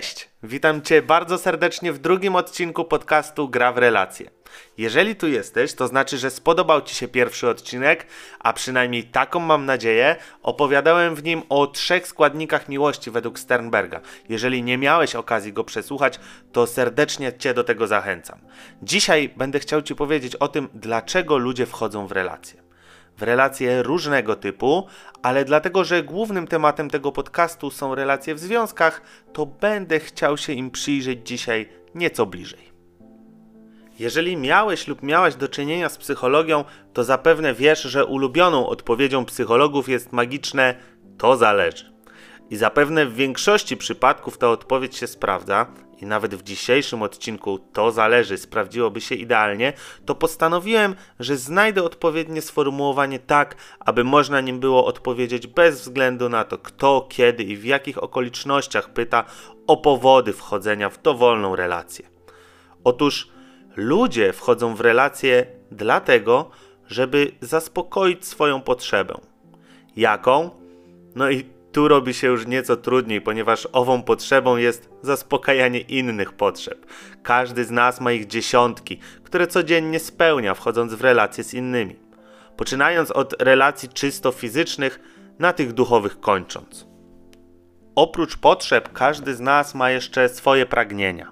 Cześć! Witam Cię bardzo serdecznie w drugim odcinku podcastu Gra w relacje. Jeżeli tu jesteś, to znaczy, że spodobał Ci się pierwszy odcinek, a przynajmniej taką mam nadzieję. Opowiadałem w nim o 3 składnikach miłości według Sternberga. Jeżeli nie miałeś okazji go przesłuchać, to serdecznie Cię do tego zachęcam. Dzisiaj będę chciał Ci powiedzieć o tym, dlaczego ludzie wchodzą w relacje. W relacje różnego typu, ale dlatego, że głównym tematem tego podcastu są relacje w związkach, to będę chciał się im przyjrzeć dzisiaj nieco bliżej. Jeżeli miałeś lub miałaś do czynienia z psychologią, to zapewne wiesz, że ulubioną odpowiedzią psychologów jest magiczne „to zależy”. I zapewne w większości przypadków ta odpowiedź się sprawdza i nawet w dzisiejszym odcinku „to zależy” sprawdziłoby się idealnie, to postanowiłem, że znajdę odpowiednie sformułowanie tak, aby można nim było odpowiedzieć bez względu na to, kto, kiedy i w jakich okolicznościach pyta o powody wchodzenia w dowolną relację. Otóż ludzie wchodzą w relacje dlatego, żeby zaspokoić swoją potrzebę. Jaką? No i tu robi się już nieco trudniej, ponieważ ową potrzebą jest zaspokajanie innych potrzeb. Każdy z nas ma ich dziesiątki, które codziennie spełnia, wchodząc w relacje z innymi. Poczynając od relacji czysto fizycznych, na tych duchowych kończąc. Oprócz potrzeb, każdy z nas ma jeszcze swoje pragnienia.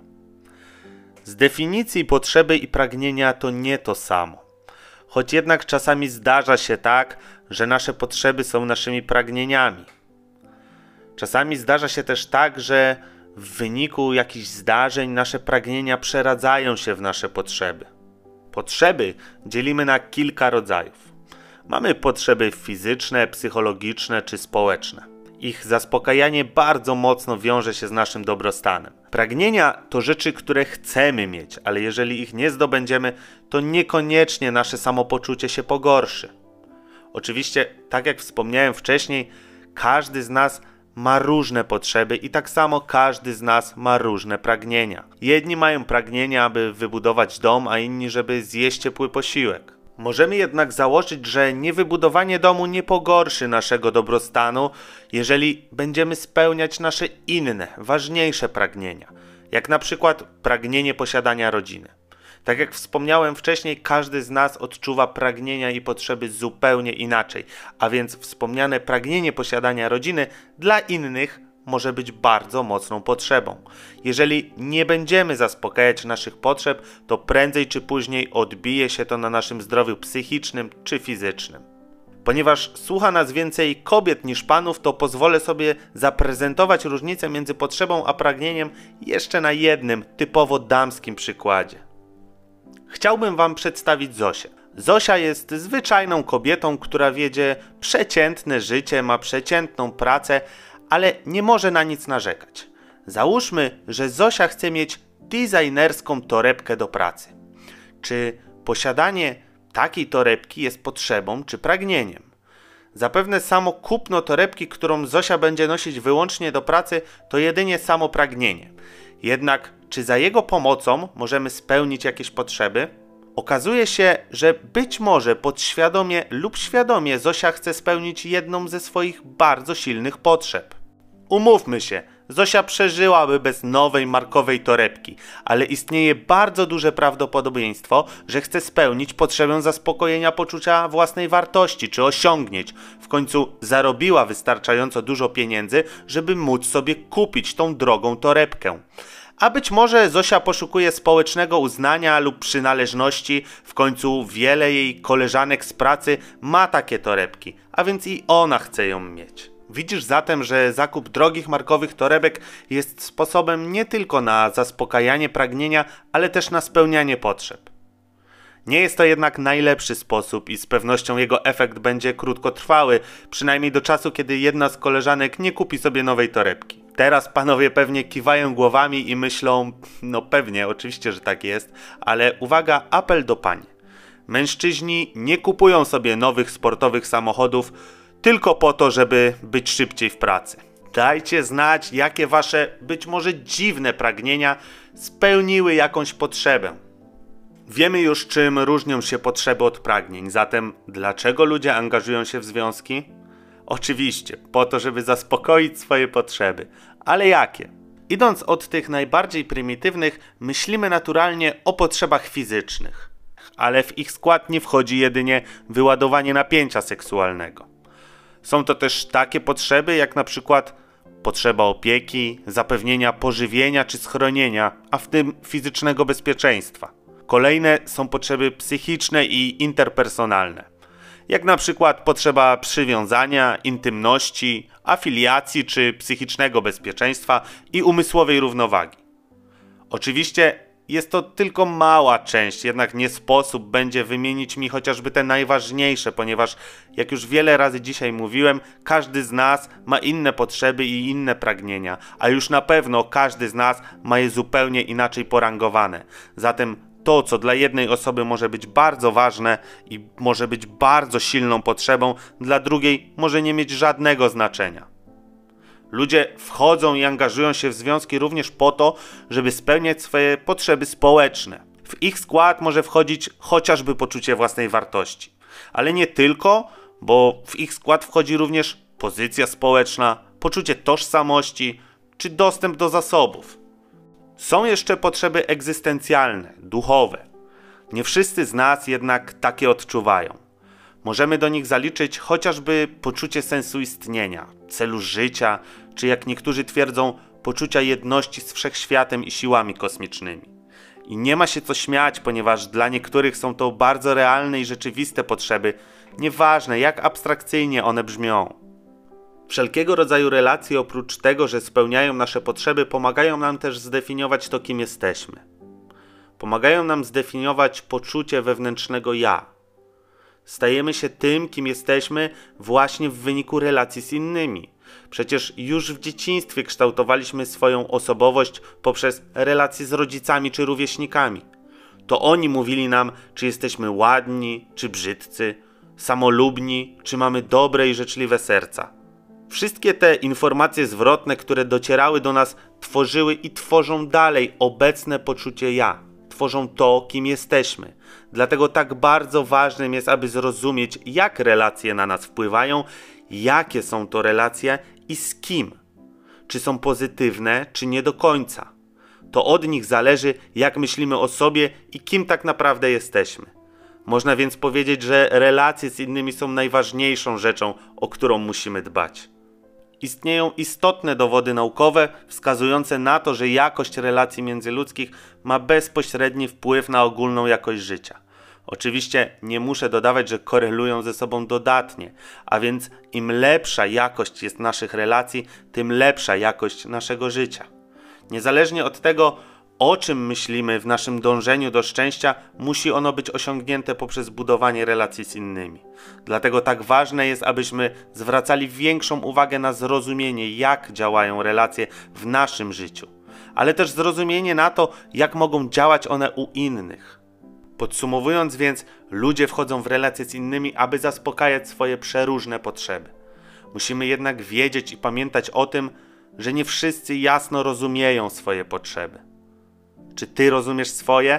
Z definicji potrzeby i pragnienia to nie to samo. Choć jednak czasami zdarza się tak, że nasze potrzeby są naszymi pragnieniami. Czasami zdarza się też tak, że w wyniku jakichś zdarzeń nasze pragnienia przeradzają się w nasze potrzeby. Potrzeby dzielimy na kilka rodzajów. Mamy potrzeby fizyczne, psychologiczne czy społeczne. Ich zaspokajanie bardzo mocno wiąże się z naszym dobrostanem. Pragnienia to rzeczy, które chcemy mieć, ale jeżeli ich nie zdobędziemy, to niekoniecznie nasze samopoczucie się pogorszy. Oczywiście, tak jak wspomniałem wcześniej, każdy z nas ma różne potrzeby i tak samo każdy z nas ma różne pragnienia. Jedni mają pragnienia, aby wybudować dom, a inni, żeby zjeść ciepły posiłek. Możemy jednak założyć, że niewybudowanie domu nie pogorszy naszego dobrostanu, jeżeli będziemy spełniać nasze inne, ważniejsze pragnienia, jak na przykład pragnienie posiadania rodziny. Tak jak wspomniałem wcześniej, każdy z nas odczuwa pragnienia i potrzeby zupełnie inaczej, a więc wspomniane pragnienie posiadania rodziny dla innych może być bardzo mocną potrzebą. Jeżeli nie będziemy zaspokajać naszych potrzeb, to prędzej czy później odbije się to na naszym zdrowiu psychicznym czy fizycznym. Ponieważ słucha nas więcej kobiet niż panów, to pozwolę sobie zaprezentować różnicę między potrzebą a pragnieniem jeszcze na jednym, typowo damskim przykładzie. Chciałbym Wam przedstawić Zosię. Zosia jest zwyczajną kobietą, która wiedzie przeciętne życie, ma przeciętną pracę, ale nie może na nic narzekać. Załóżmy, że Zosia chce mieć designerską torebkę do pracy. Czy posiadanie takiej torebki jest potrzebą czy pragnieniem? Zapewne samo kupno torebki, którą Zosia będzie nosić wyłącznie do pracy, to jedynie samo pragnienie. Jednak czy za jego pomocą możemy spełnić jakieś potrzeby? Okazuje się, że być może podświadomie lub świadomie Zosia chce spełnić jedną ze swoich bardzo silnych potrzeb. Umówmy się, Zosia przeżyłaby bez nowej markowej torebki, ale istnieje bardzo duże prawdopodobieństwo, że chce spełnić potrzebę zaspokojenia poczucia własnej wartości czy osiągnięć. W końcu zarobiła wystarczająco dużo pieniędzy, żeby móc sobie kupić tą drogą torebkę. A być może Zosia poszukuje społecznego uznania lub przynależności, w końcu wiele jej koleżanek z pracy ma takie torebki, a więc i ona chce ją mieć. Widzisz zatem, że zakup drogich markowych torebek jest sposobem nie tylko na zaspokajanie pragnienia, ale też na spełnianie potrzeb. Nie jest to jednak najlepszy sposób i z pewnością jego efekt będzie krótkotrwały, przynajmniej do czasu, kiedy jedna z koleżanek nie kupi sobie nowej torebki. Teraz panowie pewnie kiwają głowami i myślą, no pewnie, oczywiście, że tak jest, ale uwaga, apel do pań. Mężczyźni nie kupują sobie nowych sportowych samochodów tylko po to, żeby być szybciej w pracy. Dajcie znać, jakie wasze być może dziwne pragnienia spełniły jakąś potrzebę. Wiemy już, czym różnią się potrzeby od pragnień, zatem dlaczego ludzie angażują się w związki? Oczywiście, po to, żeby zaspokoić swoje potrzeby. Ale jakie? Idąc od tych najbardziej prymitywnych, myślimy naturalnie o potrzebach fizycznych, ale w ich skład nie wchodzi jedynie wyładowanie napięcia seksualnego. Są to też takie potrzeby jak na przykład potrzeba opieki, zapewnienia pożywienia czy schronienia, a w tym fizycznego bezpieczeństwa. Kolejne są potrzeby psychiczne i interpersonalne, jak na przykład potrzeba przywiązania, intymności, afiliacji czy psychicznego bezpieczeństwa i umysłowej równowagi. Oczywiście jest to tylko mała część, jednak nie sposób będzie wymienić mi chociażby te najważniejsze, ponieważ jak już wiele razy dzisiaj mówiłem, każdy z nas ma inne potrzeby i inne pragnienia, a już na pewno każdy z nas ma je zupełnie inaczej porangowane. Zatem to, co dla jednej osoby może być bardzo ważne i może być bardzo silną potrzebą, dla drugiej może nie mieć żadnego znaczenia. Ludzie wchodzą i angażują się w związki również po to, żeby spełniać swoje potrzeby społeczne. W ich skład może wchodzić chociażby poczucie własnej wartości. Ale nie tylko, bo w ich skład wchodzi również pozycja społeczna, poczucie tożsamości czy dostęp do zasobów. Są jeszcze potrzeby egzystencjalne, duchowe. Nie wszyscy z nas jednak takie odczuwają. Możemy do nich zaliczyć chociażby poczucie sensu istnienia, celu życia, czy jak niektórzy twierdzą, poczucia jedności z wszechświatem i siłami kosmicznymi. I nie ma się co śmiać, ponieważ dla niektórych są to bardzo realne i rzeczywiste potrzeby, nieważne jak abstrakcyjnie one brzmią. Wszelkiego rodzaju relacje oprócz tego, że spełniają nasze potrzeby, pomagają nam też zdefiniować to, kim jesteśmy. Pomagają nam zdefiniować poczucie wewnętrznego ja. Stajemy się tym, kim jesteśmy właśnie w wyniku relacji z innymi. Przecież już w dzieciństwie kształtowaliśmy swoją osobowość poprzez relacje z rodzicami czy rówieśnikami. To oni mówili nam, czy jesteśmy ładni, czy brzydcy, samolubni, czy mamy dobre i życzliwe serca. Wszystkie te informacje zwrotne, które docierały do nas, tworzyły i tworzą dalej obecne poczucie ja. Tworzą to, kim jesteśmy. Dlatego tak bardzo ważnym jest, aby zrozumieć, jak relacje na nas wpływają, jakie są to relacje i z kim. Czy są pozytywne, czy nie do końca. To od nich zależy, jak myślimy o sobie i kim tak naprawdę jesteśmy. Można więc powiedzieć, że relacje z innymi są najważniejszą rzeczą, o którą musimy dbać. Istnieją istotne dowody naukowe wskazujące na to, że jakość relacji międzyludzkich ma bezpośredni wpływ na ogólną jakość życia. Oczywiście nie muszę dodawać, że korelują ze sobą dodatnie, a więc im lepsza jakość jest naszych relacji, tym lepsza jakość naszego życia. Niezależnie od tego, o czym myślimy w naszym dążeniu do szczęścia, musi ono być osiągnięte poprzez budowanie relacji z innymi. Dlatego tak ważne jest, abyśmy zwracali większą uwagę na zrozumienie, jak działają relacje w naszym życiu, ale też zrozumienie na to, jak mogą działać one u innych. Podsumowując więc, ludzie wchodzą w relacje z innymi, aby zaspokajać swoje przeróżne potrzeby. Musimy jednak wiedzieć i pamiętać o tym, że nie wszyscy jasno rozumieją swoje potrzeby. Czy ty rozumiesz swoje?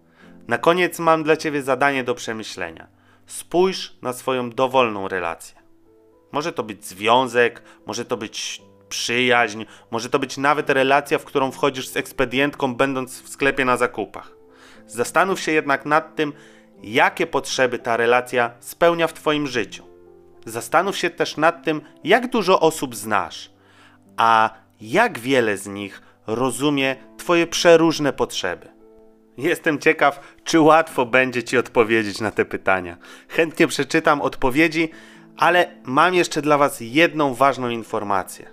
Na koniec mam dla ciebie zadanie do przemyślenia. Spójrz na swoją dowolną relację. Może to być związek, może to być przyjaźń, może to być nawet relacja, w którą wchodzisz z ekspedientką, będąc w sklepie na zakupach. Zastanów się jednak nad tym, jakie potrzeby ta relacja spełnia w twoim życiu. Zastanów się też nad tym, jak dużo osób znasz, a jak wiele z nich rozumie twoje przeróżne potrzeby. Jestem ciekaw, czy łatwo będzie ci odpowiedzieć na te pytania. Chętnie przeczytam odpowiedzi, ale mam jeszcze dla was jedną ważną informację.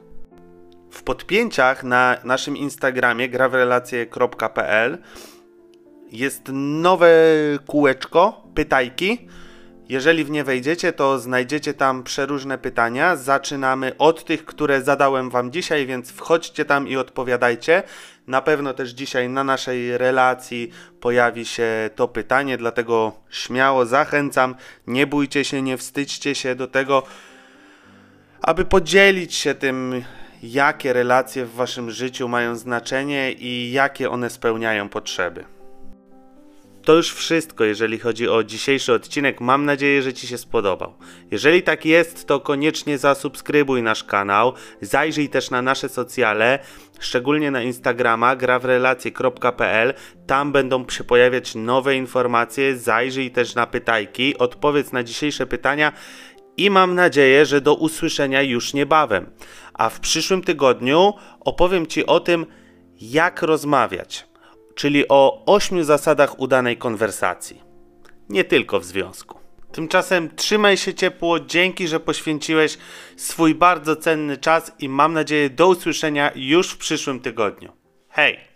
W podpięciach na naszym Instagramie grawrelacje.pl jest nowe kółeczko, pytajki. Jeżeli w nie wejdziecie, to znajdziecie tam przeróżne pytania. Zaczynamy od tych, które zadałem wam dzisiaj, więc wchodźcie tam i odpowiadajcie. Na pewno też dzisiaj na naszej relacji pojawi się to pytanie, dlatego śmiało zachęcam. Nie bójcie się, nie wstydźcie się do tego, aby podzielić się tym, jakie relacje w waszym życiu mają znaczenie i jakie one spełniają potrzeby. To już wszystko, jeżeli chodzi o dzisiejszy odcinek. Mam nadzieję, że Ci się spodobał. Jeżeli tak jest, to koniecznie zasubskrybuj nasz kanał, zajrzyj też na nasze socjale, szczególnie na Instagrama grawrelacje.pl. Tam będą się pojawiać nowe informacje, zajrzyj też na pytajki, odpowiedz na dzisiejsze pytania i mam nadzieję, że do usłyszenia już niebawem. A w przyszłym tygodniu opowiem Ci o tym, jak rozmawiać, czyli o 8 zasadach udanej konwersacji. Nie tylko w związku. Tymczasem trzymaj się ciepło, dzięki, że poświęciłeś swój bardzo cenny czas i mam nadzieję do usłyszenia już w przyszłym tygodniu. Hej!